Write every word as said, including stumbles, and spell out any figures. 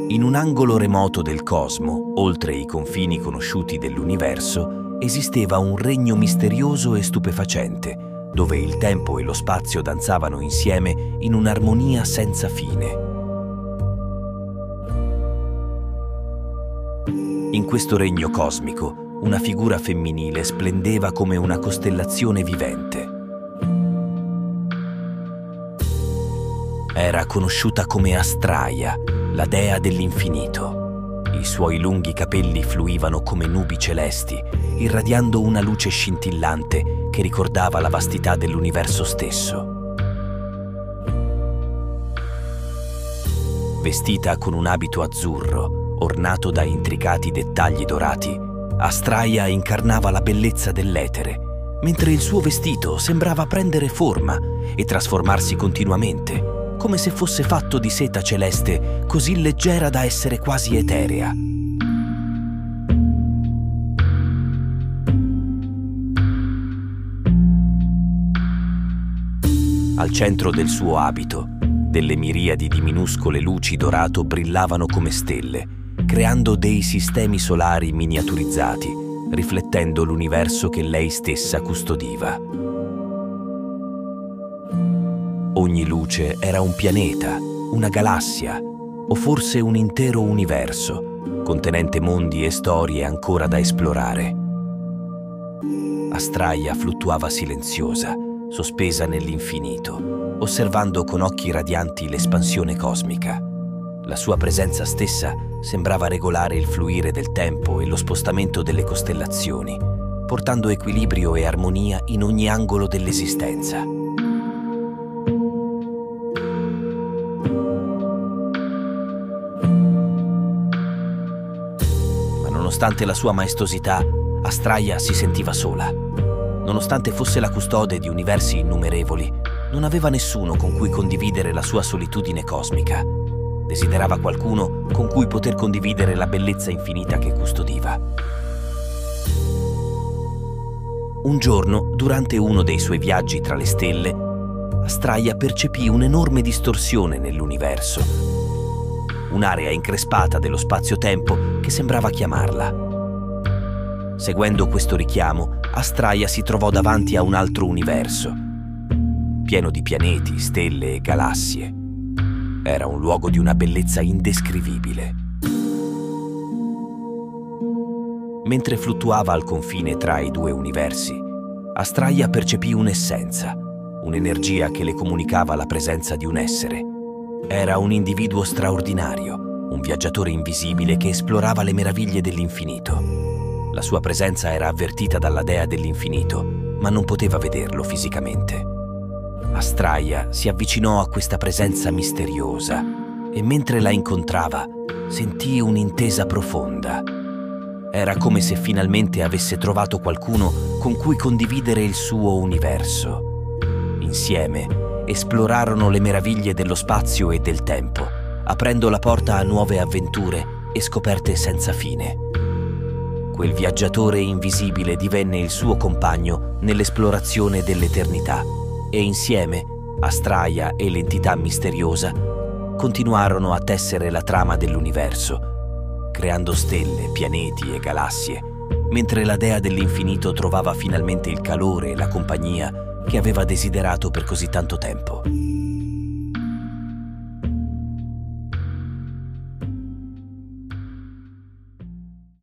In un angolo remoto del cosmo, oltre i confini conosciuti dell'universo, esisteva un regno misterioso e stupefacente, dove il tempo e lo spazio danzavano insieme in un'armonia senza fine. In questo regno cosmico, una figura femminile splendeva come una costellazione vivente. Era conosciuta come Astraia, la dea dell'infinito. I suoi lunghi capelli fluivano come nubi celesti, irradiando una luce scintillante che ricordava la vastità dell'universo stesso. Vestita con un abito azzurro, ornato da intricati dettagli dorati, Astraia incarnava la bellezza dell'etere, mentre il suo vestito sembrava prendere forma e trasformarsi continuamente, come se fosse fatto di seta celeste così leggera da essere quasi eterea. Al centro del suo abito, delle miriadi di minuscole luci dorato brillavano come stelle, creando dei sistemi solari miniaturizzati, riflettendo l'universo che lei stessa custodiva. Ogni luce era un pianeta, una galassia, o forse un intero universo, contenente mondi e storie ancora da esplorare. Astraia fluttuava silenziosa, sospesa nell'infinito, osservando con occhi radianti l'espansione cosmica. La sua presenza stessa sembrava regolare il fluire del tempo e lo spostamento delle costellazioni, portando equilibrio e armonia in ogni angolo dell'esistenza. Nonostante la sua maestosità, Astraia si sentiva sola. Nonostante fosse la custode di universi innumerevoli, non aveva nessuno con cui condividere la sua solitudine cosmica. Desiderava qualcuno con cui poter condividere la bellezza infinita che custodiva. Un giorno, durante uno dei suoi viaggi tra le stelle, Astraia percepì un'enorme distorsione nell'universo. Un'area increspata dello spazio-tempo che sembrava chiamarla. Seguendo questo richiamo, Astraia si trovò davanti a un altro universo, pieno di pianeti, stelle e galassie. Era un luogo di una bellezza indescrivibile. Mentre fluttuava al confine tra i due universi, Astraia percepì un'essenza, un'energia che le comunicava la presenza di un essere. Era un individuo straordinario, un viaggiatore invisibile che esplorava le meraviglie dell'infinito. La sua presenza era avvertita dalla dea dell'infinito, ma non poteva vederlo fisicamente. Astraia si avvicinò a questa presenza misteriosa e mentre la incontrava sentì un'intesa profonda. Era come se finalmente avesse trovato qualcuno con cui condividere il suo universo. Insieme esplorarono le meraviglie dello spazio e del tempo, aprendo la porta a nuove avventure e scoperte senza fine. Quel viaggiatore invisibile divenne il suo compagno nell'esplorazione dell'eternità e insieme, Astraia e l'entità misteriosa continuarono a tessere la trama dell'universo, creando stelle, pianeti e galassie, mentre la dea dell'infinito trovava finalmente il calore e la compagnia che aveva desiderato per così tanto tempo.